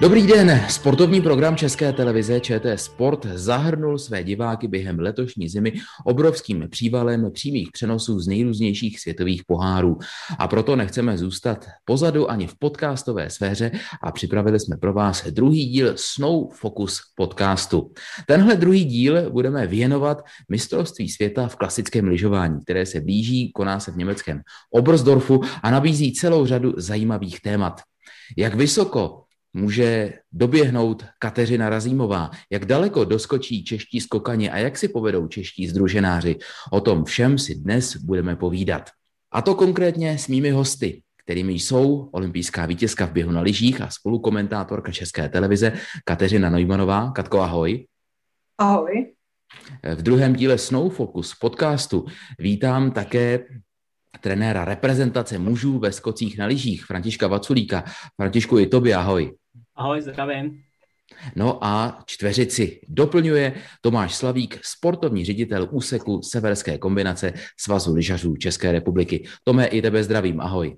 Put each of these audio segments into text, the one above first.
Dobrý den, sportovní program České televize ČT Sport zahrnul své diváky během letošní zimy obrovským přívalem přímých přenosů z nejrůznějších světových pohárů. A proto nechceme zůstat pozadu ani v podcastové sféře a připravili jsme pro vás druhý díl Snow Focus podcastu. Tenhle druhý díl budeme věnovat mistrovství světa v klasickém lyžování, které se blíží, koná se v německém Oberstdorfu a nabízí celou řadu zajímavých témat. Jak vysoko může doběhnout Kateřina Razímová, jak daleko doskočí čeští skokani a jak si povedou čeští sdruženáři. O tom všem si dnes budeme povídat. A to konkrétně s mými hosty, kterými jsou olympijská vítězka v běhu na lyžích a spolukomentátorka České televize Kateřina Neumannová. Katko, ahoj. Ahoj. V druhém díle Snow Focus podcastu vítám také trenéra reprezentace mužů ve skocích na lyžích Františka Vaculíka. Františku, i tobě ahoj. Ahoj, zdravím. No a čtveřici doplňuje Tomáš Slavík, sportovní ředitel úseku severské kombinace Svazu lyžařů České republiky. Tome, i tebe zdravím, ahoj.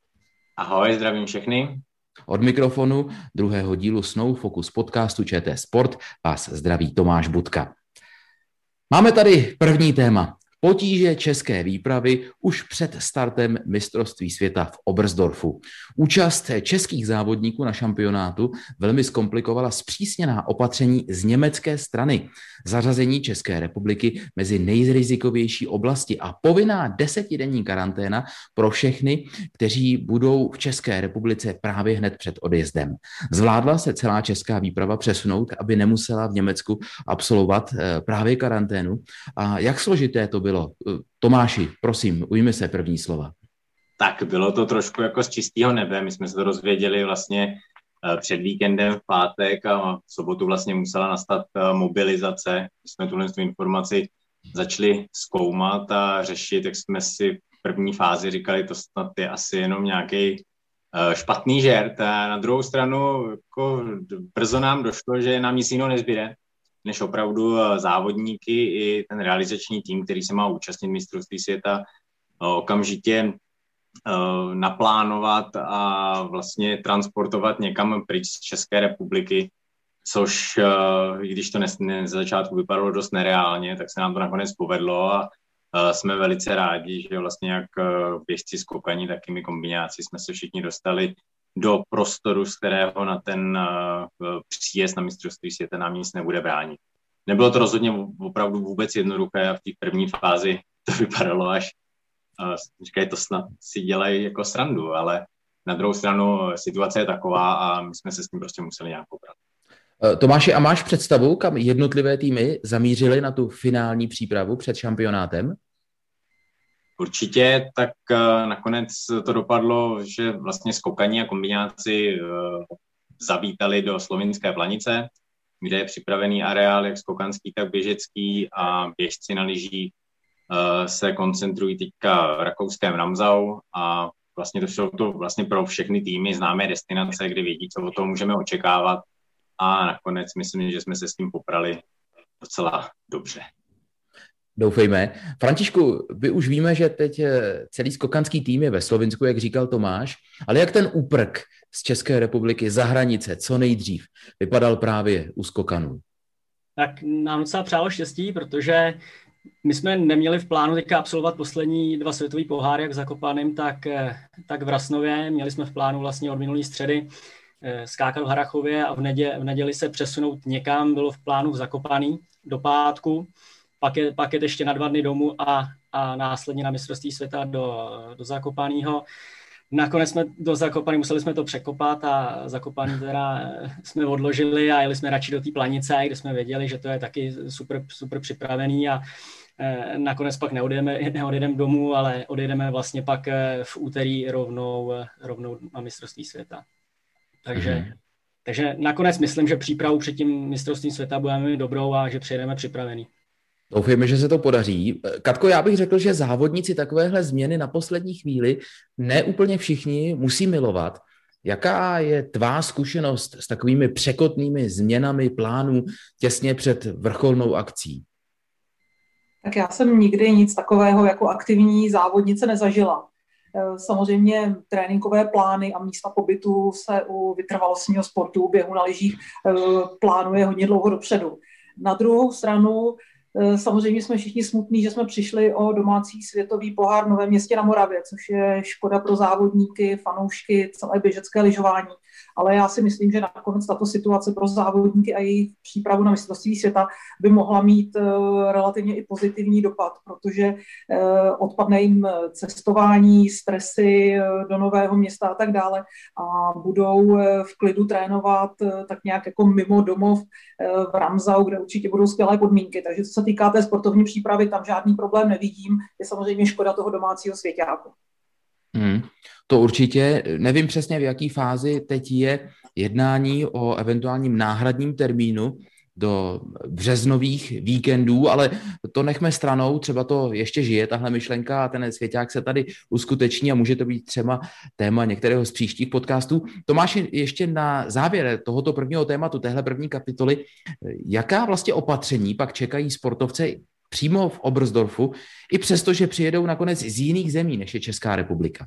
Ahoj, zdravím všechny. Od mikrofonu druhého dílu Snow Focus podcastu ČT Sport vás zdraví Tomáš Budka. Máme tady první téma. Potíže české výpravy už před startem mistrovství světa v Oberstdorfu. Účast českých závodníků na šampionátu velmi zkomplikovala zpřísněná opatření z německé strany, zařazení České republiky mezi nejrizikovější oblasti a povinná 10denní karanténa pro všechny, kteří budou v České republice právě hned před odjezdem. Zvládla se celá česká výprava přesunout, aby nemusela v Německu absolvovat právě karanténu? A jak složité to bylo? Tomáši, prosím, ujmi se první slova. Tak bylo to trošku jako z čistého nebe. My jsme se to dozvěděli vlastně před víkendem v pátek a v sobotu vlastně musela nastat mobilizace. My jsme tuhle informaci začali zkoumat a řešit, tak jsme si v první fázi říkali, to snad je asi jenom nějaký špatný žert. A na druhou stranu jako brzo nám došlo, že nám nic jiného nezbyde, než opravdu závodníky i ten realizační tým, který se má účastnit mistrovství světa, okamžitě naplánovat a vlastně transportovat někam pryč z České republiky, což, i když to z začátku vypadalo dost nereálně, tak se nám to nakonec povedlo a jsme velice rádi, že vlastně jak běžci skokani, tak i my kombináci jsme se všichni dostali do prostoru, z kterého na ten příjezd na mistrovství světa nám nic nebude bránit. Nebylo to rozhodně opravdu vůbec jednoduché a v té první fázi to vypadalo až, říkají, to snad si dělají jako srandu, ale na druhou stranu situace je taková a my jsme se s tím prostě museli nějak poprat. Tomáši, a máš představu, kam jednotlivé týmy zamířily na tu finální přípravu před šampionátem? Určitě, tak nakonec to dopadlo, že vlastně skokani a kombináci zavítali do Slovinské Planice, kde je připravený areál jak skokanský, tak běžecký a běžci na lyžích se koncentrují teďka v rakouském Ramsau a vlastně to jsou to vlastně pro všechny týmy známé destinace, kde vědí, co o tom můžeme očekávat a nakonec myslím, že jsme se s tím poprali docela dobře. Doufejme. Františku, my už víme, že teď celý skokanský tým je ve Slovinsku, jak říkal Tomáš, ale jak ten úprk z České republiky za hranice co nejdřív vypadal právě u skokanů? Tak nám docela přálo štěstí, protože my jsme neměli v plánu teďka absolvovat poslední 2 světový poháry, jak v Zakopaném, tak v Rasnově. Měli jsme v plánu vlastně od minulý středy skákat v Harrachově a v neděli se přesunout někam, bylo v plánu v Zakopaný do pátku. Pak je ještě na 2 dny domů a následně na mistrovství světa do Zakopaného. Nakonec jsme do Zakopaného museli jsme to překopat a Zakopaný teda jsme odložili a jeli jsme radši do té Planice, kde jsme věděli, že to je taky super připravený a nakonec pak neodjedeme domů, ale odjedeme vlastně pak v úterý rovnou na mistrovství světa. Takže nakonec myslím, že přípravu před tím mistrovstvím světa budeme mít dobrou a že přijedeme připravený. Doufejme, že se to podaří. Katko, já bych řekl, že závodníci takovéhle změny na poslední chvíli ne úplně všichni musí milovat. Jaká je tvá zkušenost s takovými překotnými změnami plánů těsně před vrcholnou akcí? Tak já jsem nikdy nic takového jako aktivní závodnice nezažila. Samozřejmě tréninkové plány a místa pobytu se u vytrvalostního sportu, běhu na lyžích plánuje hodně dlouho dopředu. Na druhou stranu samozřejmě jsme všichni smutní, že jsme přišli o domácí světový pohár v Novém Městě na Moravě, což je škoda pro závodníky, fanoušky, celé běžecké lyžování. Ale já si myslím, že nakonec tato situace pro závodníky a jejich přípravu na mistrovství světa by mohla mít relativně i pozitivní dopad, protože odpadne jim cestování, stresy do Nového Města a tak dále a budou v klidu trénovat tak nějak jako mimo domov v Ramsau, kde určitě budou skvělé podmínky. Takže co se týká té sportovní přípravy, tam žádný problém nevidím. Je samozřejmě škoda toho domácího svěťáku. To určitě. Nevím přesně, v jaké fázi teď je jednání o eventuálním náhradním termínu do březnových víkendů, ale to nechme stranou, třeba to ještě žije, tahle myšlenka a ten svěťák se tady uskuteční a může to být třeba téma některého z příštích podcastů. Tomáši, ještě na závěr tohoto prvního tématu, téhle první kapitoly, jaká vlastně opatření pak čekají sportovce přímo v Oberstdorfu, i přesto, že přijedou nakonec z jiných zemí, než je Česká republika?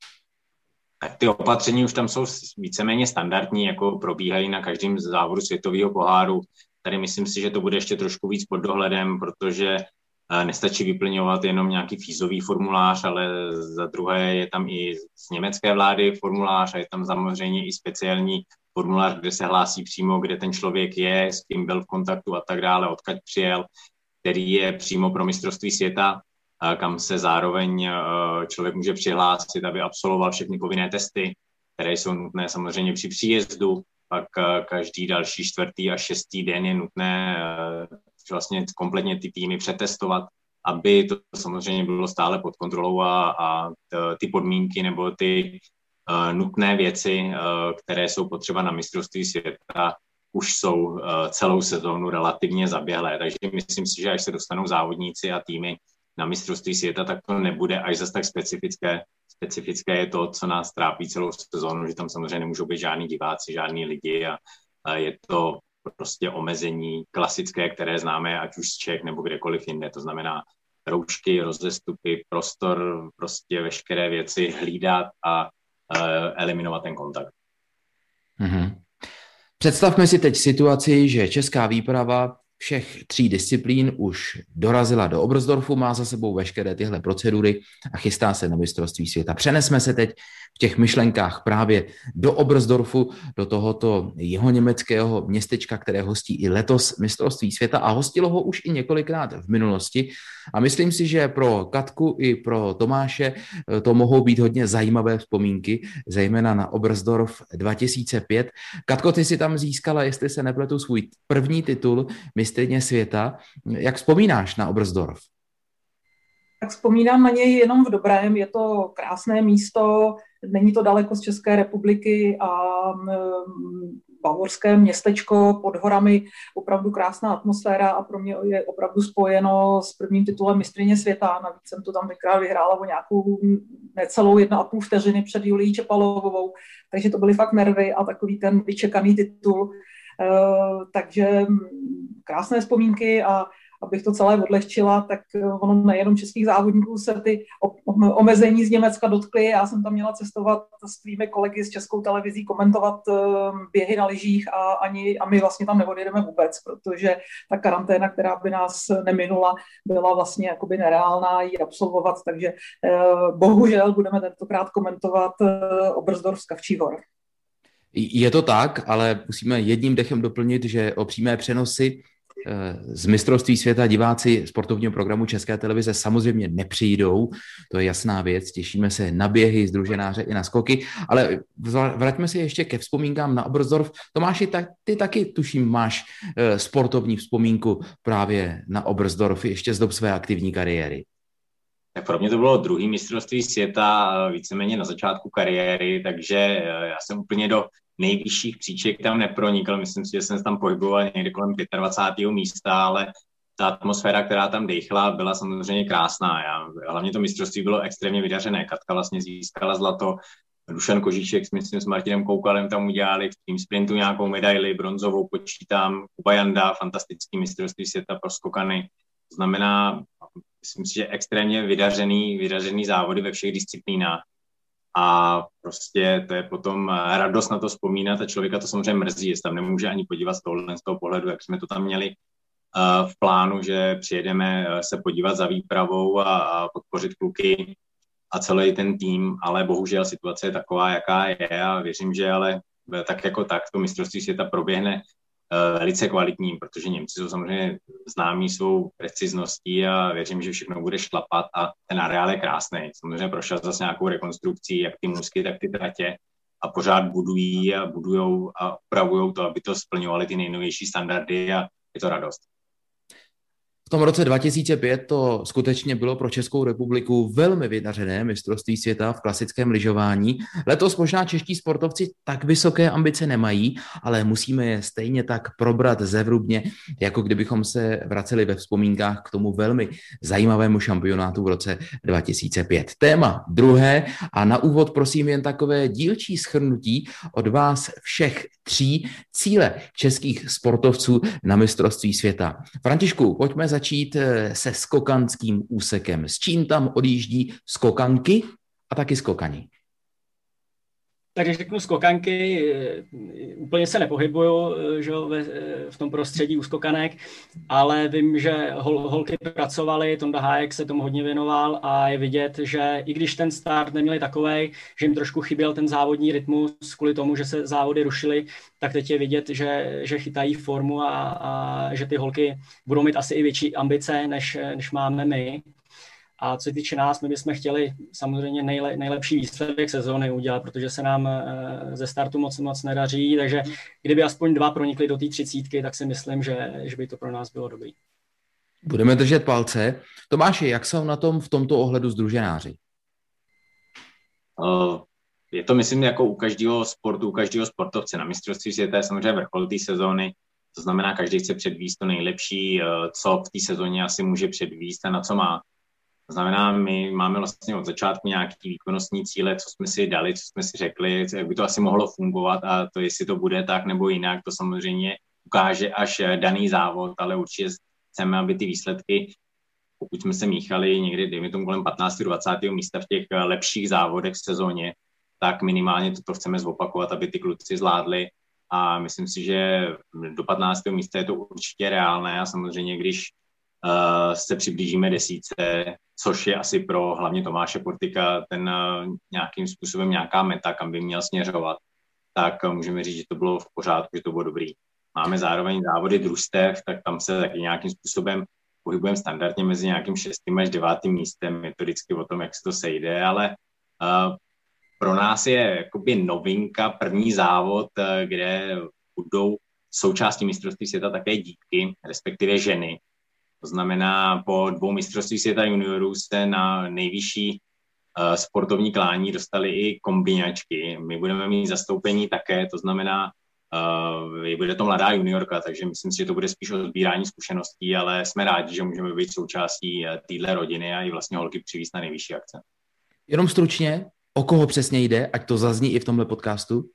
Tak ty opatření už tam jsou víceméně standardní, jako probíhají na každém závodu světového poháru. Tady myslím si, že to bude ještě trošku víc pod dohledem, protože nestačí vyplňovat jenom nějaký fízový formulář, ale za druhé je tam i z německé vlády formulář a je tam samozřejmě i speciální formulář, kde se hlásí přímo, kde ten člověk je, s kým byl v kontaktu a tak dále, odkud přijel, který je přímo pro mistrovství světa, kam se zároveň člověk může přihlásit, aby absolvoval všechny povinné testy, které jsou nutné samozřejmě při příjezdu. Pak každý další 4. a 6. den je nutné vlastně kompletně ty týmy přetestovat, aby to samozřejmě bylo stále pod kontrolou a ty podmínky nebo ty nutné věci, které jsou potřeba na mistrovství světa, už jsou celou sezónu relativně zaběhlé. Takže myslím si, že až se dostanou závodníci a týmy na mistrovství světa, tak to nebude až zase tak specifické. Specifické je to, co nás trápí celou sezónu, že tam samozřejmě nemůžou být žádní diváci, žádní lidi a je to prostě omezení klasické, které známe ať už z Čech nebo kdekoliv jinde. To znamená roušky, rozestupy, prostor, prostě veškeré věci hlídat a eliminovat ten kontakt. Mm-hmm. Představme si teď situaci, že česká výprava všech 3 disciplín už dorazila do Oberstdorfu, má za sebou veškeré tyhle procedury a chystá se na mistrovství světa. Přenesme se teď v těch myšlenkách právě do Oberstdorfu, do tohoto jihoněmeckého městečka, které hostí i letos mistrovství světa a hostilo ho už i několikrát v minulosti. A myslím si, že pro Katku i pro Tomáše to mohou být hodně zajímavé vzpomínky, zejména na Oberstdorf 2005. Katko, ty si tam získala, jestli se nepletu, svůj první titul mistryně světa. Jak vzpomínáš na Oberstdorf? Tak vzpomínám na něj jenom v dobrém. Je to krásné místo, není to daleko z České republiky a bavorské městečko pod horami, opravdu krásná atmosféra a pro mě je opravdu spojeno s prvním titulem mistryně světa. Navíc jsem to tam tenkrát vyhrála o nějakou necelou 1,5 vteřiny před Julií Čepalovou, takže to byly fakt nervy a takový ten vyčekaný titul. Takže krásné vzpomínky a abych to celé odlehčila, tak ono nejenom českých závodníků se ty omezení z Německa dotkly. Já jsem tam měla cestovat s tvými kolegy s Českou televizí, komentovat běhy na lyžích a my vlastně tam neodjedeme vůbec, protože ta karanténa, která by nás neminula, byla vlastně jakoby nereálná ji absolvovat, takže bohužel budeme tentokrát komentovat Oberstdorf z Kavčích hor. Je to tak, ale musíme jedním dechem doplnit, že o přímé přenosy z mistrovství světa diváci sportovního programu České televize samozřejmě nepřijdou, to je jasná věc, těšíme se na běhy, sdruženáře i na skoky, ale vraťme se ještě ke vzpomínkám na Oberstdorf. Tomáši, ty taky tuším máš sportovní vzpomínku právě na Oberstdorf ještě z dob své aktivní kariéry. Tak pro mě to bylo druhý mistrovství světa víceméně na začátku kariéry, takže já jsem úplně do nejvyšších příček tam nepronikl. Myslím si, že jsem tam pohyboval někde kolem 25. místa, ale ta atmosféra, která tam dechla, byla samozřejmě krásná. Hlavně to mistrovství bylo extrémně vydařené. Katka vlastně získala zlato, Dušan Kožíček, myslím, s Martinem Koukalem tam udělali v tým sprintu nějakou medaili, bronzovou počítám, Kuba Janda, fantastický mistrovství světa pro skokany. To znamená, myslím si, že extrémně vydařený závody ve všech disciplínách. a prostě to je potom radost na to vzpomínat a člověka to samozřejmě mrzí, jestli tam nemůže ani podívat z toho pohledu, jak jsme to tam měli v plánu, že přijedeme se podívat za výpravou a podpořit kluky a celý ten tým, ale bohužel situace je taková, jaká je a věřím, že ale tak jako tak to mistrovství světa proběhne velice kvalitní, protože Němci jsou samozřejmě známí svou precizností a věřím, že všechno bude šlapat a ten areál je krásný. Samozřejmě prošel zase nějakou rekonstrukcí, jak ty můstky, tak ty tratě a pořád budují a budujou a upravujou to, aby to splňovaly ty nejnovější standardy a je to radost. V tom roce 2005 to skutečně bylo pro Českou republiku velmi vydařené mistrovství světa v klasickém lyžování. Letos možná čeští sportovci tak vysoké ambice nemají, ale musíme je stejně tak probrat zevrubně, jako kdybychom se vraceli ve vzpomínkách k tomu velmi zajímavému šampionátu v roce 2005. Téma druhé a na úvod prosím jen takové dílčí shrnutí od vás všech tří cíle českých sportovců na mistrovství světa. Františku, pojďme začít se skokanským úsekem. S čím tam odjíždí skokanky a taky skokani? Tak když řeknu skokanky, úplně se nepohybuju že, v tom prostředí úskokanek, ale vím, že holky pracovaly, Tonda Hájek se tomu hodně věnoval a je vidět, že i když ten start neměli takovej, že jim trošku chyběl ten závodní rytmus kvůli tomu, že se závody rušily, tak teď je vidět, že chytají formu a že ty holky budou mít asi i větší ambice, než máme my. A co se týče nás, my bychom chtěli samozřejmě nejlepší výsledek sezóny udělat, protože se nám ze startu moc nedaří, takže kdyby aspoň 2 pronikli do té 30, tak si myslím, že by to pro nás bylo dobrý. Budeme držet palce. Tomáši, jak jsou na tom v tomto ohledu sdruženáři? Je to, myslím, jako u každého sportu, u každého sportovce. Na mistrovství světa je samozřejmě vrchol té sezóny, to znamená, každý chce předvíst to nejlepší, co v té sezóně asi může předvíst a na co má. To znamená, my máme vlastně od začátku nějaký výkonnostní cíle, co jsme si dali, co jsme si řekli, jak by to asi mohlo fungovat a to, jestli to bude tak nebo jinak, to samozřejmě ukáže až daný závod, ale určitě chceme, aby ty výsledky, pokud jsme se míchali někdy, dejme tomu kolem 15. 20. místa v těch lepších závodech v sezóně, tak minimálně toto chceme zopakovat, aby ty kluci zvládli a myslím si, že do 15. místa je to určitě reálné a samozřejmě, když se přiblížíme 10, což je asi pro hlavně Tomáše Portika ten nějakým způsobem nějaká meta, kam by měl směřovat, tak můžeme říct, že to bylo v pořádku, že to bylo dobrý. Máme zároveň závody družstev, tak tam se taky nějakým způsobem pohybujeme standardně mezi nějakým 6. až 9. místem, je to vždycky o tom, jak se to sejde, ale pro nás je jakoby novinka, první závod, kde budou součástí mistrovství světa také dívky, respektive ženy. To znamená, po 2 mistrovství světa juniorů se na nejvyšší sportovní klání dostali i kombinačky. My budeme mít zastoupení také, to znamená, bude to mladá juniorka, takže myslím si, že to bude spíš o sbírání zkušeností, ale jsme rádi, že můžeme být součástí téhle rodiny a i vlastně holky přivízt na nejvyšší akce. Jenom stručně, o koho přesně jde, ať to zazní i v tomhle podcastu?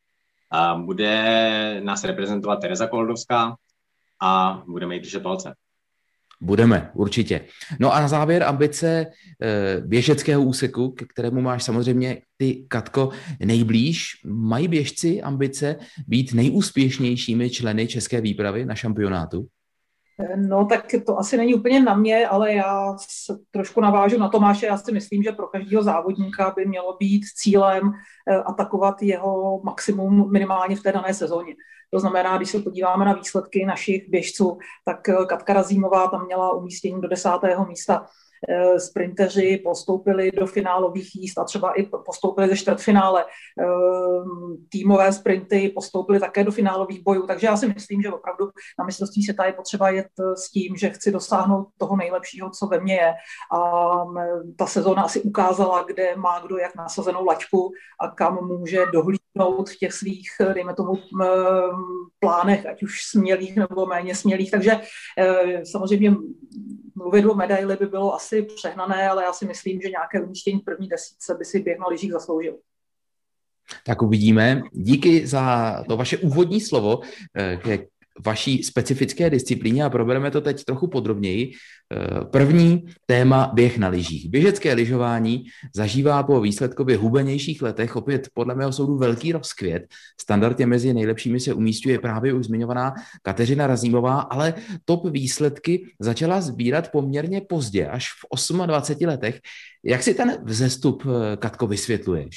Bude nás reprezentovat Tereza Koldovská a budeme jí držet palce. Budeme, určitě. No a na závěr ambice běžeckého úseku, ke kterému máš samozřejmě ty, Katko, nejblíž. Mají běžci ambice být nejúspěšnějšími členy české výpravy na šampionátu? No tak to asi není úplně na mě, ale já trošku navážu na Tomáše. Já si myslím, že pro každého závodníka by mělo být cílem atakovat jeho maximum minimálně v té dané sezóně. To znamená, když se podíváme na výsledky našich běžců, tak Katka Razímová tam měla umístění do 10. místa. Sprinteři postoupili do finálových jízd a třeba i postoupili ze čtvrtfinále. Týmové sprinty postoupili také do finálových bojů, takže já si myslím, že opravdu na mistrovství světa je potřeba jet s tím, že chci dosáhnout toho nejlepšího, co ve mně je. A ta sezóna asi ukázala, kde má kdo jak nasazenou laťku a kam může dohlídnout v těch svých, dejme tomu, plánech, ať už smělých nebo méně smělých. Takže samozřejmě mluvit o medaili by bylo asi přehnané, ale já si myslím, že nějaké umístění v první 10 by si běh na lyžích zasloužil. Tak uvidíme. Díky za to vaše úvodní slovo ke vaší specifické disciplíně a probereme to teď trochu podrobněji. První téma běh na lyžích. Běžecké lyžování zažívá po výsledkově hubenějších letech opět podle mého soudu velký rozkvět. Standardně mezi nejlepšími se umísťuje právě už zmiňovaná Kateřina Razímová, ale top výsledky začala sbírat poměrně pozdě, až v 28 letech. Jak si ten vzestup, Katko, vysvětluješ?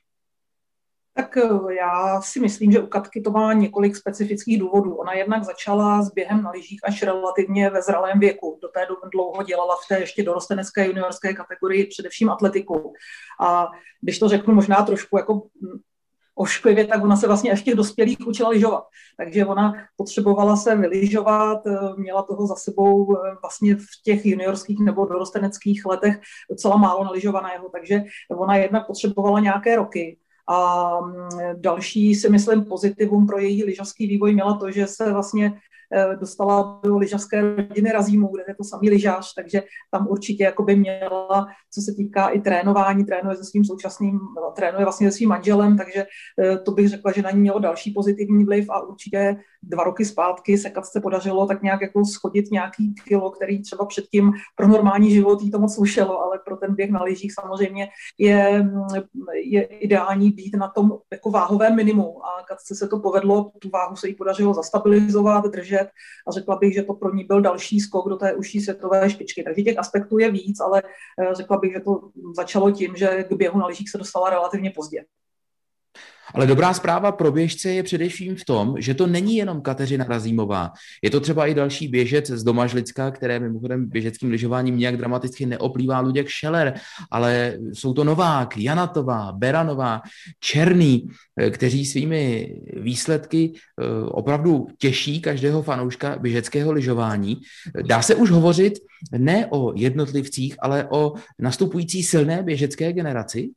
Tak já si myslím, že u Katky to má několik specifických důvodů. Ona jednak začala s během na lyžích až relativně ve zralém věku. Do té doby dlouho dělala v té ještě dorostenecké juniorské kategorii především atletiku. A když to řeknu možná trošku jako ošklivě, tak ona se vlastně až v těch dospělých učila lyžovat. Takže ona potřebovala se vylyžovat, měla toho za sebou vlastně v těch juniorských nebo dorosteneckých letech docela málo nalyžovaného. Takže ona jednak potřebovala nějaké roky. A další, si myslím, pozitivum pro její lyžařský vývoj měla to, že se vlastně dostala do lyžařské rodiny Razímů, kde je to samý lyžař, takže tam určitě jakoby měla, co se týká i trénování, trénuje vlastně se svým manželem, takže to bych řekla, že na ní mělo další pozitivní vliv a určitě 2 roky zpátky se Katce podařilo tak nějak jako schodit nějaký kilo, který třeba předtím pro normální život jí to moc slušelo, ale pro ten běh na lyžích samozřejmě je ideální být na tom jako váhovém minimu a Katce se to povedlo, tu váhu se jí podařilo zastabilizovat, držet a řekla bych, že to pro ní byl další skok do té užší světové špičky. Takže těch aspektů je víc, ale řekla bych, že to začalo tím, že k běhu na lyžích se dostala relativně pozdě. Ale dobrá zpráva pro běžce je především v tom, že to není jenom Kateřina Razímová. Je to třeba i další běžec z Domažlicka, které mimochodem běžeckým lyžováním nějak dramaticky neoplývá Luděk Scheller, ale jsou to Novák, Janatová, Beranová, Černý, kteří svými výsledky opravdu těší každého fanouška běžeckého lyžování. Dá se už hovořit ne o jednotlivcích, ale o nastupující silné běžecké generaci?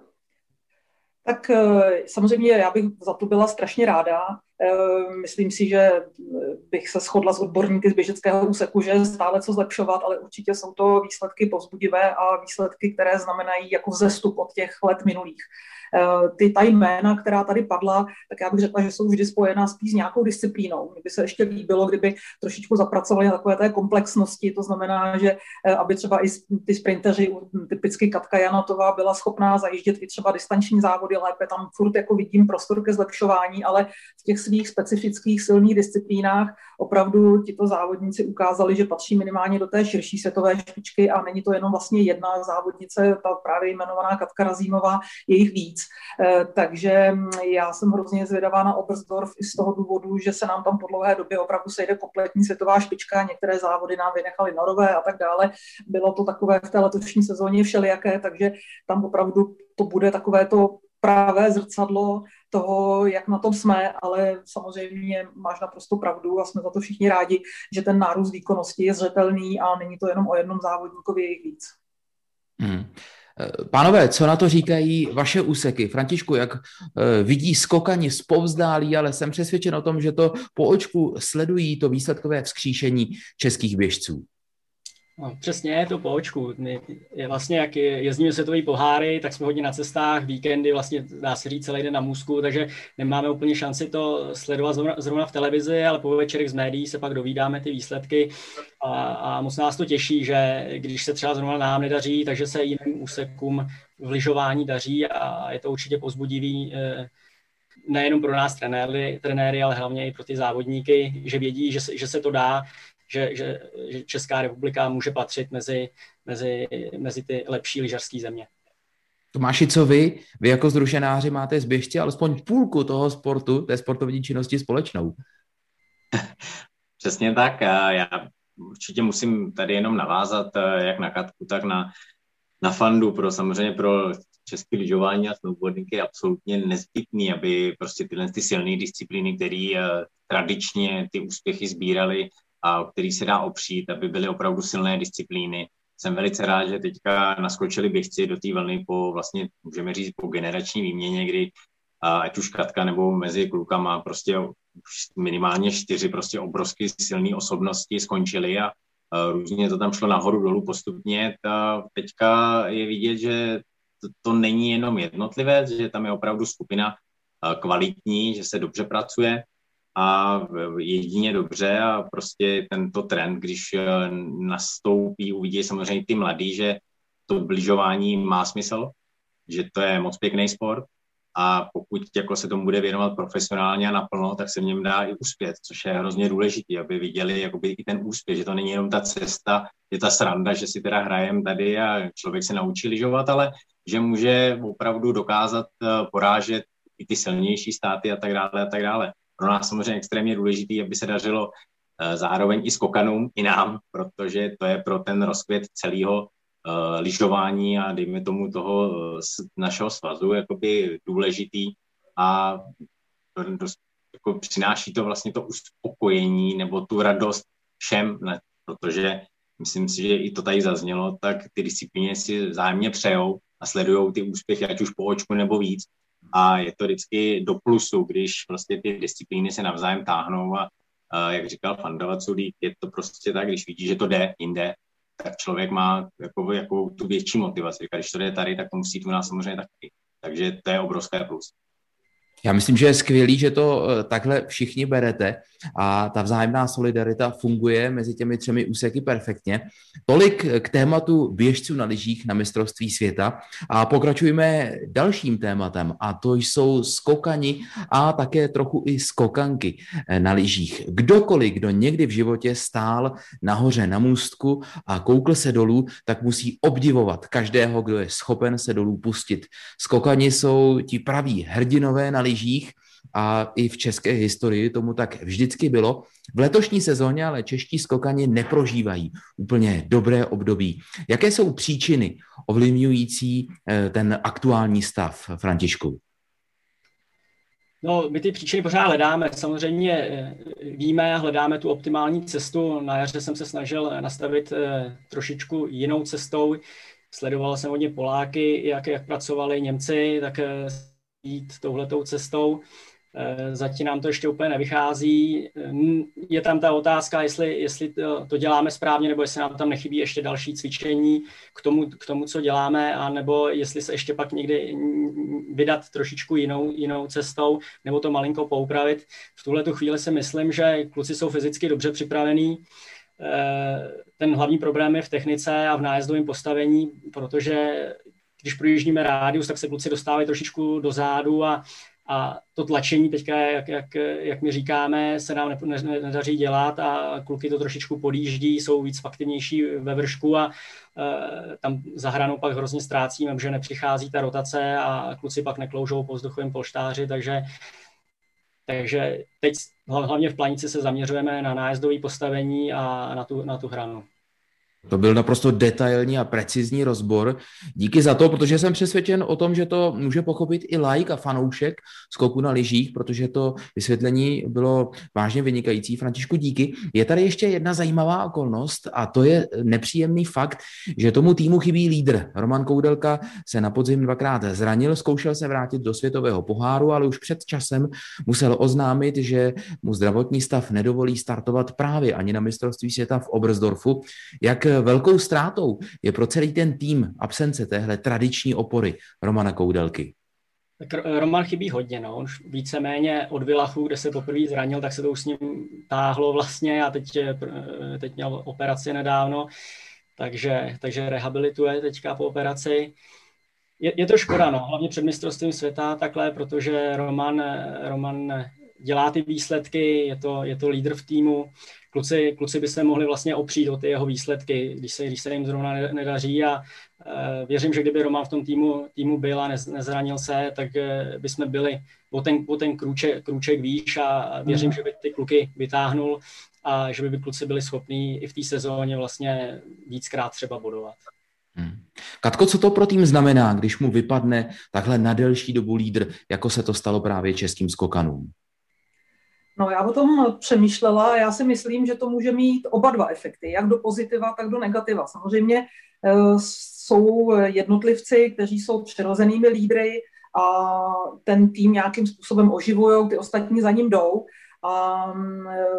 Tak samozřejmě já bych za to byla strašně ráda. Myslím si, že bych se shodla s odborníky z běžeckého úseku, že je stále co zlepšovat, ale určitě jsou to výsledky povzbudivé a výsledky, které znamenají jako vzestup od těch let minulých. Ta jména, která tady padla, tak já bych řekla, že jsou vždy spojená spíš s nějakou disciplínou. Mně by se ještě líbilo, kdyby trošičku zapracovali na takové té komplexnosti, to znamená, že aby třeba i ty sprinteři, typicky Katka Janatová, byla schopná zajíždět i třeba distanční závody lépe, tam furt jako vidím prostor ke zlepšování, ale v těch svých specifických silných disciplínách opravdu tito závodníci ukázali, že patří minimálně do té širší světové špičky a není to jenom vlastně jedna závodnice, ta právě jmenovaná Katka Razímová, je jich víc. Takže já jsem hrozně zvědavá na Oberstdorf i z toho důvodu, že se nám tam po dlouhé době opravdu sejde kompletní světová špička, některé závody nám vynechali Norové a tak dále. Bylo to takové v té letošní sezóně všelijaké, takže tam opravdu to bude takové to pravé zrcadlo toho, jak na tom jsme, ale samozřejmě máš naprosto pravdu a jsme za to všichni rádi, že ten nárůst výkonnosti je zřetelný a není to jenom o jednom závodníkovi, je jich víc. Pánové, co na to říkají vaše úseky? Františku, jak vidí skokani zpovzdálí, ale jsem přesvědčen o tom, že to po očku sledují to výsledkové vzkříšení českých běžců. No, přesně, je to po očku. Je vlastně, jak jezdíme světové poháry, tak jsme hodně na cestách, víkendy vlastně dá se říct celý den na můzku, takže nemáme úplně šanci to sledovat zrovna v televizi, ale po večerech z médií se pak dovídáme ty výsledky a moc nás to těší, že když se třeba zrovna nám nedaří, takže se jiným úsekům v lyžování daří a je to určitě povzbudivý nejenom pro nás trenéry, ale hlavně i pro ty závodníky, že vědí, že se to dá, že Česká republika může patřit mezi ty lepší lyžařské země. Tomáši, co vy jako sdruženáři máte s běžci alespoň půlku toho sportu, té sportovní činnosti společnou? Přesně tak. Já určitě musím tady jenom navázat jak na Katku, tak na Fandu. Samozřejmě pro české lyžování a snowboardingy je absolutně nezbytný, aby prostě tyhle ty silné disciplíny, které tradičně ty úspěchy sbíraly, a o který se dá opřít, aby byly opravdu silné disciplíny. Jsem velice rád, že teďka naskočili běžci do té vlny po vlastně, můžeme říct, po generační výměně, kdy ať už Katka nebo mezi klukama prostě už minimálně 4 prostě obrovsky silné osobnosti skončily a různě to tam šlo nahoru dolů postupně. Teďka je vidět, že to není jenom jednotlivec, že tam je opravdu skupina kvalitní, že se dobře pracuje. a jedině dobře a prostě tento trend, když nastoupí, uvidí samozřejmě ty mladí, že to bližování má smysl, že to je moc pěkný sport a pokud jako se tomu bude věnovat profesionálně a naplno, tak se v něm dá i uspět, což je hrozně důležité, aby viděli jakoby i ten úspěch, že to není jenom ta cesta, je ta sranda, že si teda hrajem tady a člověk se naučí lyžovat, ale že může opravdu dokázat porážet i ty silnější státy a tak dále a tak dále. Pro nás samozřejmě extrémně důležitý, aby se dařilo zároveň i skokanům, i nám, protože to je pro ten rozkvět celého lyžování a dejme tomu toho našeho svazu jakoby důležitý a jako přináší to vlastně to uspokojení nebo tu radost všem, ne? Protože myslím si, že i to tady zaznělo, tak ty disciplíny si vzájemně přejou a sledujou ty úspěchy, ať už po očku nebo víc. A je to vždycky do plusu, když prostě ty disciplíny se navzájem táhnou a jak říkal Fanda Vaculík, je to prostě tak, když vidí, že to jde jinde, tak člověk má jako tu větší motivaci. Když to jde tady, tak to musí tu nás samozřejmě taky. Takže to je obrovské plus. Já myslím, že je skvělý, že to takhle všichni berete a ta vzájemná solidarita funguje mezi těmi 3 úseky perfektně. Tolik k tématu běžců na lyžích na mistrovství světa a pokračujeme dalším tématem a to jsou skokani a také trochu i skokanky na lyžích. Kdokoliv, kdo někdy v životě stál nahoře na můstku a koukl se dolů, tak musí obdivovat každého, kdo je schopen se dolů pustit. Skokani jsou ti praví hrdinové na lyžích a i v české historii tomu tak vždycky bylo. V letošní sezóně ale čeští skokani neprožívají úplně dobré období. Jaké jsou příčiny ovlivňující ten aktuální stav, Františku? No, my ty příčiny pořád hledáme. Samozřejmě víme a hledáme tu optimální cestu. Na jaře jsem se snažil nastavit trošičku jinou cestou. Sledoval jsem hodně Poláky, jak pracovali Němci, tak jít touhletou cestou. Zatím nám to ještě úplně nevychází. Je tam ta otázka, jestli to děláme správně, nebo jestli nám tam nechybí ještě další cvičení k tomu, co děláme, anebo jestli se ještě pak někdy vydat trošičku jinou cestou, nebo to malinko poupravit. V tuhletu chvíli si myslím, že kluci jsou fyzicky dobře připravení. Ten hlavní problém je v technice a v nájezdovém postavení, protože když projíždíme rádius, tak se kluci dostávají trošičku do zádu a to tlačení teďka, jak my říkáme, se nám nedaří dělat a kluky to trošičku podjíždí, jsou víc aktivnější ve vršku a tam za hranou pak hrozně ztrácíme, že nepřichází ta rotace a kluci pak nekloužou po vzduchovém polštáři, takže teď hlavně v planici se zaměřujeme na nájezdové postavení a na tu hranu. To byl naprosto detailní a precizní rozbor. Díky za to, protože jsem přesvědčen o tom, že to může pochopit i laik a fanoušek skoku na lyžích, protože to vysvětlení bylo vážně vynikající. Františku, díky. Je tady ještě jedna zajímavá okolnost a to je nepříjemný fakt, že tomu týmu chybí lídr. Roman Koudelka se na podzim 2krát zranil, zkoušel se vrátit do světového poháru, ale už před časem musel oznámit, že mu zdravotní stav nedovolí startovat právě ani na mistrovství světa v Oberstdorfu. Jak velkou ztrátou je pro celý ten tým absence téhle tradiční opory Romana Koudelky? Tak Roman chybí hodně, no. Už víceméně od Villachu, kde se poprvé zranil, tak se to už s ním táhlo vlastně a teď měl operaci nedávno, takže rehabilituje teďka po operaci. Je to škoda, no, hlavně před mistrovstvím světa takhle, protože Roman dělá ty výsledky, je to lídr v týmu. Kluci by se mohli vlastně opřít o ty jeho výsledky, když se jim zrovna nedaří a věřím, že kdyby Roman v tom týmu byl a nezranil se, tak bychom byli o ten krůček výš a věřím, že by ty kluky vytáhnul a že by kluci byli schopní i v té sezóně vlastně víckrát třeba bodovat. Katko, co to pro tým znamená, když mu vypadne takhle na delší dobu lídr, jako se to stalo právě českým skokanům? No, já o tom přemýšlela a já si myslím, že to může mít oba dva efekty, jak do pozitiva, tak do negativa. Samozřejmě jsou jednotlivci, kteří jsou přirozenými lídry a ten tým nějakým způsobem oživují, ty ostatní za ním jdou. A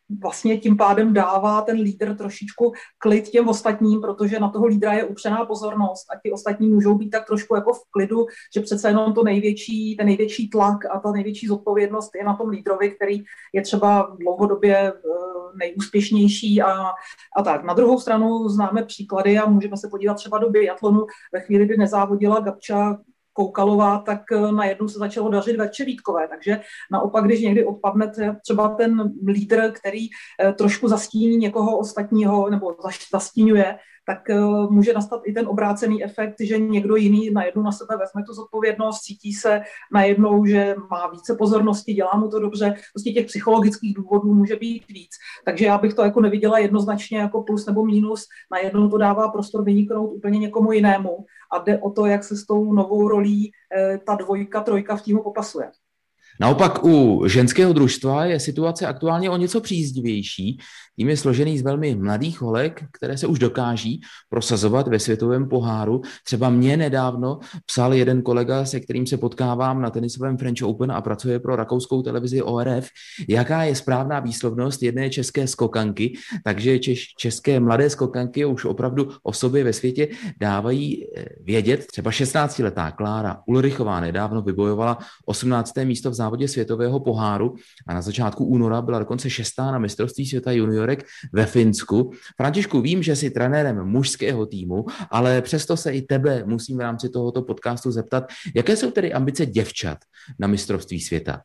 vlastně tím pádem dává ten lídr trošičku klid těm ostatním, protože na toho lídra je upřená pozornost a ti ostatní můžou být tak trošku jako v klidu, že přece jenom ten největší tlak a ta největší zodpovědnost je na tom lídrovi, který je třeba dlouhodobě nejúspěšnější a tak. Na druhou stranu známe příklady a můžeme se podívat třeba do biatlonu. Ve chvíli, kdy nezávodila Gabča Koukalová, tak najednou se začalo dařit Verčevítkové. Takže naopak, když někdy odpadne třeba ten lídr, který trošku zastíní někoho ostatního nebo zastínuje, tak může nastat i ten obrácený efekt, že někdo jiný najednou na sebe vezme tu zodpovědnost, cítí se najednou, že má více pozornosti, dělá mu to dobře. Prostě těch psychologických důvodů může být víc. Takže já bych to jako neviděla jednoznačně jako plus nebo mínus. Najednou to dává prostor vyniknout úplně někomu jinému a jde o to, jak se s tou novou rolí ta dvojka, trojka v týmu popasuje. Naopak u ženského družstva je situace aktuálně o něco příznivější. Tým je složený z velmi mladých holek, které se už dokáží prosazovat ve světovém poháru. Třeba mě nedávno psal jeden kolega, se kterým se potkávám na tenisovém French Open a pracuje pro rakouskou televizi ORF, jaká je správná výslovnost jedné české skokanky. Takže české mladé skokanky už opravdu o sobě ve světě dávají vědět. Třeba 16letá Klára Ulrichová nedávno vybojovala 18. místo v závodě světového poháru a na začátku února byla dokonce 6. na mistrovství světa juniorek ve Finsku. Františku, vím, že jsi trenérem mužského týmu, ale přesto se i tebe musím v rámci tohoto podcastu zeptat, jaké jsou tedy ambice děvčat na mistrovství světa?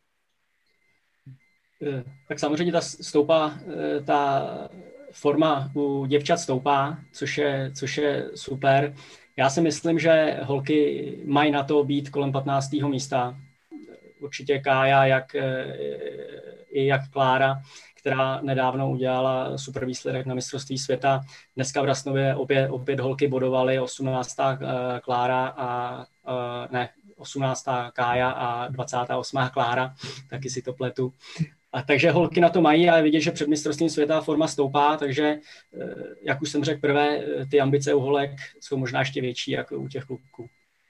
Tak samozřejmě ta forma u děvčat stoupá, což je super. Já si myslím, že holky mají na to být kolem 15. místa. Určitě Kája, jak Klára, která nedávno udělala super výsledek na mistrovství světa. Dneska v Rasnově opět holky bodovaly, 18. Klára a 18. Kája a 28. Klára, taky si to pletu. A takže holky na to mají a vidět, že před mistrovstvím světa forma stoupá, takže, jak už jsem řekl prvé, ty ambice u holek jsou možná ještě větší jako u těch kluků.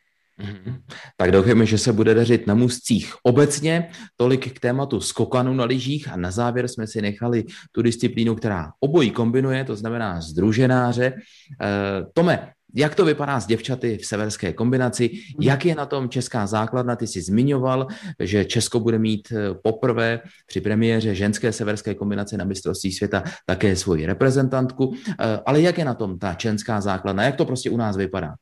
Tak doufáme, že se bude dařit na mužcích obecně. Tolik k tématu skokanu na lyžích a na závěr jsme si nechali tu disciplínu, která obojí kombinuje, to znamená sdruženáře. Tome, jak to vypadá s děvčaty v severské kombinaci? Jak je na tom česká základna? Ty jsi zmiňoval, že Česko bude mít poprvé při premiéře ženské severské kombinace na mistrovství světa také svoji reprezentantku. Ale jak je na tom ta česká základna? Jak to prostě u nás vypadá?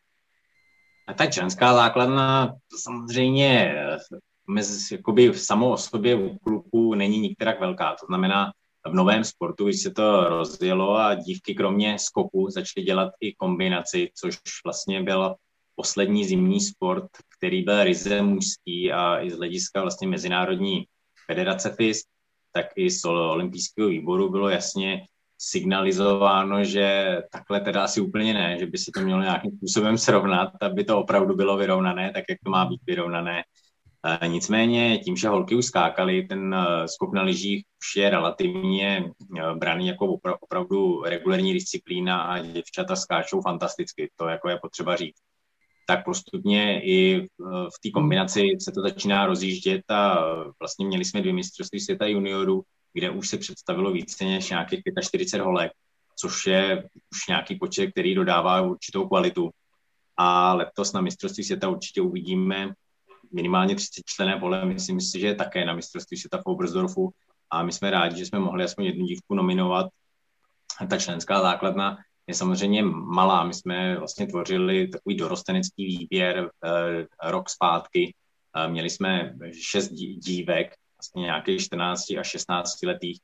A ta ženská základna to samozřejmě jakoby samo o sobě u kluků není nikterak velká. To znamená, v novém sportu, když se to rozjelo a dívky kromě skoku začaly dělat i kombinaci, což vlastně byl poslední zimní sport, který byl ryze mužský a i z hlediska vlastně Mezinárodní federace FIS, tak i z olympijského výboru bylo jasně signalizováno, že takhle teda asi úplně ne, že by se to mělo nějakým způsobem srovnat, aby to opravdu bylo vyrovnané, tak jak to má být vyrovnané. Nicméně tím, že holky už skákaly, ten skok na lyžích už je relativně braný jako opravdu regulérní disciplína a děvčata skáčou fantasticky, to jako je potřeba říct. Tak postupně i v té kombinaci se to začíná rozjíždět a vlastně měli jsme 2 mistrovství světa juniorů, kde už se představilo více než nějakých 45 holek, což je už nějaký počet, který dodává určitou kvalitu. A letos na mistrovství světa určitě uvidíme minimálně 30členné pole, myslím si, že je také na mistrovství světa v Oberstdorfu a my jsme rádi, že jsme mohli aspoň jednu dívku nominovat. Ta členská základna je samozřejmě malá. My jsme vlastně tvořili takový dorostenecký výběr rok zpátky. Měli jsme 6 dívek, vlastně nějakých 14 až 16 letých.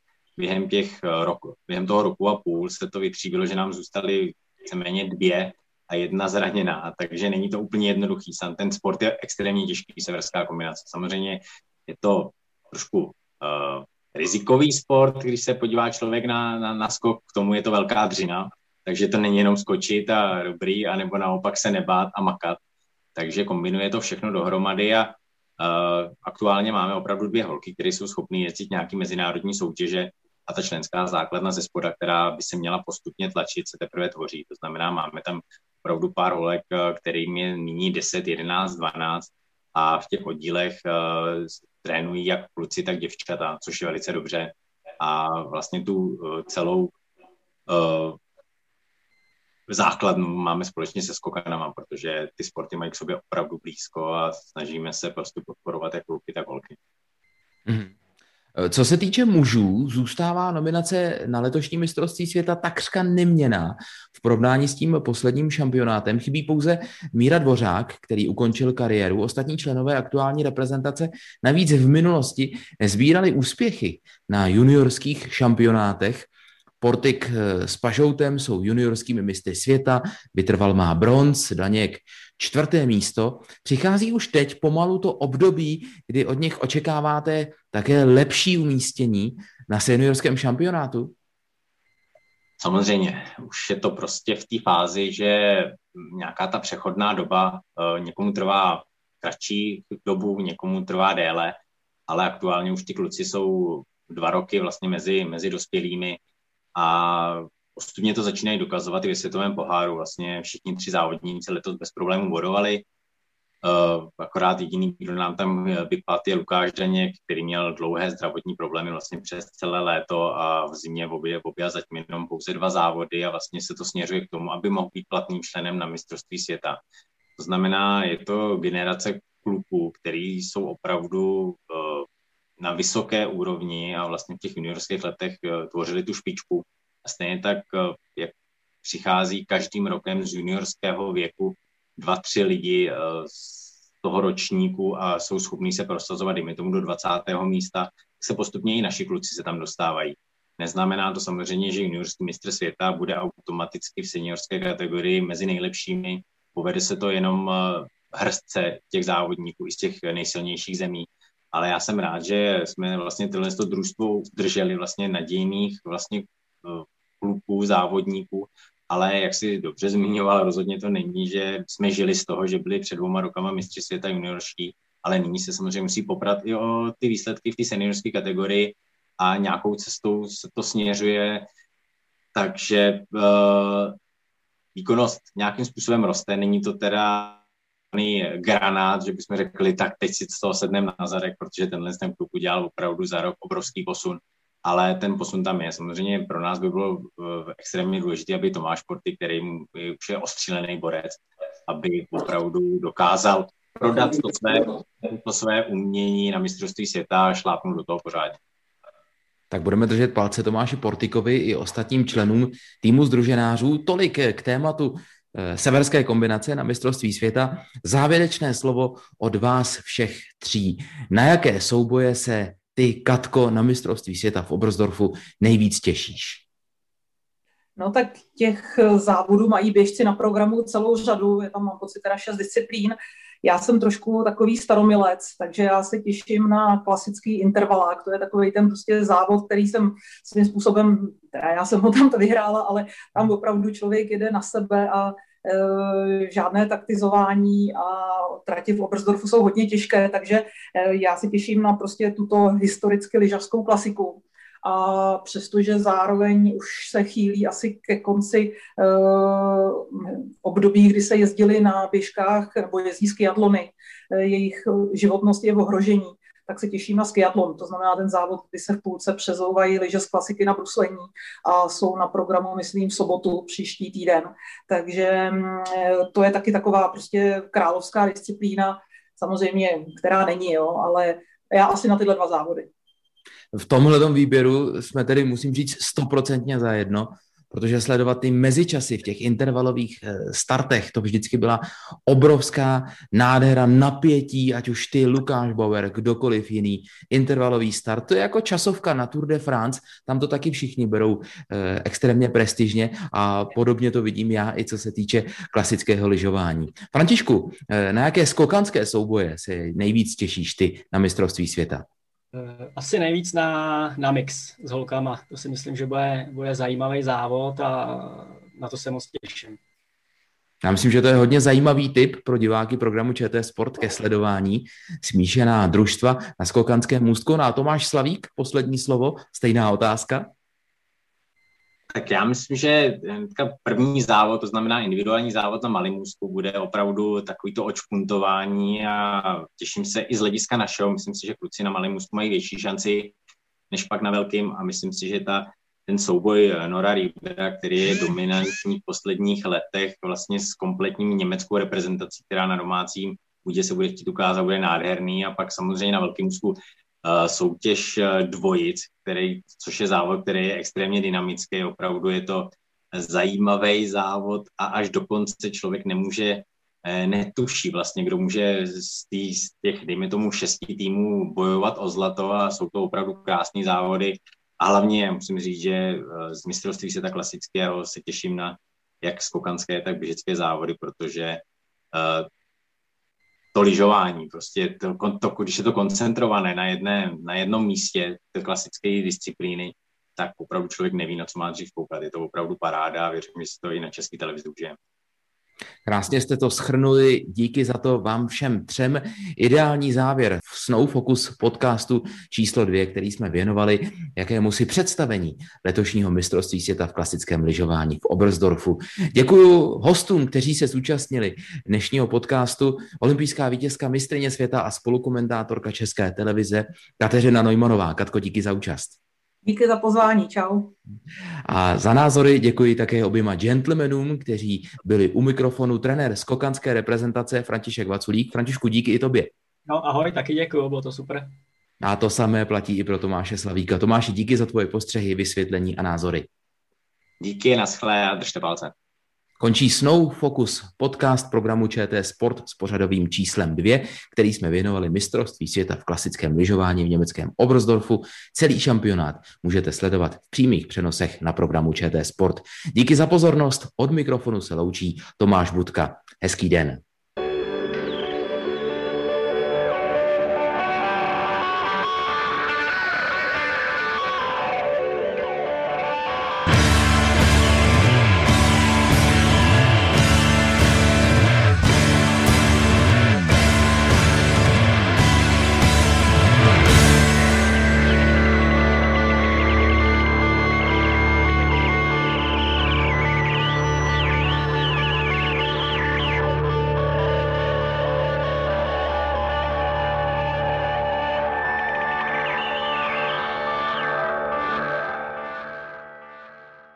Během toho roku a půl se to vytříbilo, že nám zůstaly víceméně 2 a 1 zraněná, takže není to úplně jednoduchý. Ten sport je extrémně těžký, severská kombinace. Samozřejmě je to trošku rizikový sport, když se podívá člověk na skok, k tomu je to velká dřina, takže to není jenom skočit a dobrý, anebo naopak se nebát a makat. Takže kombinuje to všechno dohromady a aktuálně máme opravdu 2 holky, které jsou schopné jezdit nějaký mezinárodní soutěže a ta členská základna ze spoda, která by se měla postupně tlačit, se teprve tvoří. To znamená, máme tam opravdu pár holek, kterým je nyní 10, 11, 12 a v těch oddílech trénují jak kluci, tak děvčata, což je velice dobře. a vlastně tu celou základnu máme společně se skokanama, protože ty sporty mají k sobě opravdu blízko a snažíme se prostě podporovat jak kluky, tak holky. Co se týče mužů, zůstává nominace na letošní mistrovství světa takřka neměnná. V porovnání s tím posledním šampionátem chybí pouze Míra Dvořák, který ukončil kariéru. Ostatní členové aktuální reprezentace navíc v minulosti sbírali úspěchy na juniorských šampionátech. Portik s Pažoutem jsou juniorskými mistry světa, Vytrval má bronz, Daněk 4. místo. Přichází už teď pomalu to období, kdy od nich očekáváte také lepší umístění na seniorském šampionátu? Samozřejmě, už je to prostě v té fázi, že nějaká ta přechodná doba někomu trvá kratší dobu, někomu trvá déle, ale aktuálně už ty kluci jsou 2 roky vlastně mezi dospělými a postupně to začínají dokazovat i ve světovém poháru. Vlastně všichni 3 závodníci letos bez problémů bodovali. Akorát jediný, kdo nám tam vypadl, je Lukáš Daněk, který měl dlouhé zdravotní problémy vlastně přes celé léto a v zimě objel zatím jenom pouze 2 závody a vlastně se to směřuje k tomu, aby mohl být platným členem na mistrovství světa. To znamená, je to generace kluků, který jsou opravdu na vysoké úrovni a vlastně v těch juniorských letech tvořili tu špičku. A stejně tak, jak přichází každým rokem z juniorského věku 2-3 lidi z toho ročníku a jsou schopní se prosazovat, dejme tomu do 20. místa, tak se postupně i naši kluci se tam dostávají. Neznamená to samozřejmě, že juniorský mistr světa bude automaticky v seniorské kategorii mezi nejlepšími. Povede se to jenom hrstce těch závodníků i z těch nejsilnějších zemí. Ale já jsem rád, že jsme vlastně tohle družstvo udrželi vlastně nadějných vlastně kluků, závodníků, ale jak si dobře zmiňoval, rozhodně to není, že jsme žili z toho, že byli před 2 rokama mistři světa juniorští, ale nyní se samozřejmě musí poprat i o ty výsledky v té seniorské kategorii a nějakou cestou se to směřuje, takže výkonnost nějakým způsobem roste, není to teda granát, že bychom řekli, tak teď si z toho sedneme na zadek, protože ten kluk udělal opravdu za rok obrovský posun, ale ten posun tam je. Samozřejmě pro nás by bylo extrémně důležité, aby Tomáš Portik, který už je ostřílený borec, aby opravdu dokázal prodat to své umění na mistrovství světa a šlápnout do toho pořádně. Tak budeme držet palce Tomáši Portikovi i ostatním členům týmu sdruženářů. Tolik k tématu severské kombinace na mistrovství světa. Závěrečné slovo od vás všech 3. Na jaké souboje se ty, Katko, na mistrovství světa v Oberstdorfu nejvíc těšíš? No tak těch závodů mají běžci na programu celou řadu, je tam, mám pocit, teda 6 disciplín. Já jsem trošku takový staromilec, takže já se těším na klasický intervalák. To je takový ten prostě závod, který jsem svým způsobem, teda já jsem ho tam vyhrála, ale tam opravdu člověk jede na sebe a žádné taktizování a trati v Oberstdorfu jsou hodně těžké, takže já se těším na prostě tuto historicky lyžařskou klasiku. A přestože zároveň už se chýlí asi ke konci období, kdy se jezdili na běžkách nebo jezdí skiatlony, jejich životnost je v ohrožení, tak se těším na skiatlon. To znamená ten závod, kdy se v půlce přezouvají lyže z klasiky na bruslení a jsou na programu, myslím, v sobotu příští týden. Takže to je taky taková prostě královská disciplína, samozřejmě, která není, jo, ale já asi na tyhle 2 závody. V tomhletom výběru jsme tedy, musím říct, 100% zajedno, protože sledovat ty mezičasy v těch intervalových startech, to vždycky byla obrovská nádhera, napětí, ať už ty, Lukáš Bauer, kdokoliv jiný, intervalový start. To je jako časovka na Tour de France, tam to taky všichni berou extrémně prestižně a podobně to vidím já i co se týče klasického lyžování. Františku, na jaké skokanské souboje se nejvíc těšíš ty na mistrovství světa? Asi nejvíc na mix s holkama. To si myslím, že bude zajímavý závod a na to se moc těším. Já myslím, že to je hodně zajímavý tip pro diváky programu ČT Sport ke sledování. Smíšená družstva na skokanském můstku. No a Tomáš Slavík, poslední slovo, stejná otázka. Tak já myslím, že první závod, to znamená individuální závod na malém můstku, bude opravdu takovýto očpuntování a těším se i z hlediska našeho. Myslím si, že kluci na malém můstku mají větší šanci než pak na velkým a myslím si, že ten souboj Nora Riebera, který je dominantní v posledních letech vlastně s kompletní německou reprezentací, která na domácím půdě se bude chtít ukázat, bude nádherný a pak samozřejmě na velkém úzku soutěž dvojic, což je závod, který je extrémně dynamický, opravdu je to zajímavý závod a až do konce člověk netuší vlastně, kdo může z těch, dejme tomu, 6 týmů bojovat o zlato a jsou to opravdu krásný závody a hlavně musím říct, že z mistrovství světa klasického se těším na jak skokanské, tak běžecké závody, protože to lyžování, prostě když je to koncentrované na jednom místě, ty klasické disciplíny, tak opravdu člověk neví, na co má dřív koukat. Je to opravdu paráda a věřím, že si to i na české televizi užijeme. Krásně jste to shrnuli, díky za to vám všem třem. Ideální závěr v Snow Focus podcastu číslo 2, který jsme věnovali jakémusi představení letošního mistrovství světa v klasickém lyžování v Oberstdorfu. Děkuju hostům, kteří se zúčastnili dnešního podcastu. Olympijská vítězka, mistryně světa a spolukomentátorka České televize Kateřina Neumannová. Katko, díky za účast. Díky za pozvání, čau. A za názory děkuji také oběma gentlemanům, kteří byli u mikrofonu. Trenér skokanské reprezentace František Vaculík. Františku, díky i tobě. No ahoj, taky děkuju, bylo to super. A to samé platí i pro Tomáše Slavíka. Tomáši, díky za tvoje postřehy, vysvětlení a názory. Díky, naschle a držte palce. Končí Snow Focus, podcast programu ČT Sport s pořadovým číslem 2, který jsme věnovali mistrovství světa v klasickém lyžování v německém Oberstdorfu. Celý šampionát můžete sledovat v přímých přenosech na programu ČT Sport. Díky za pozornost, od mikrofonu se loučí Tomáš Budka. Hezký den.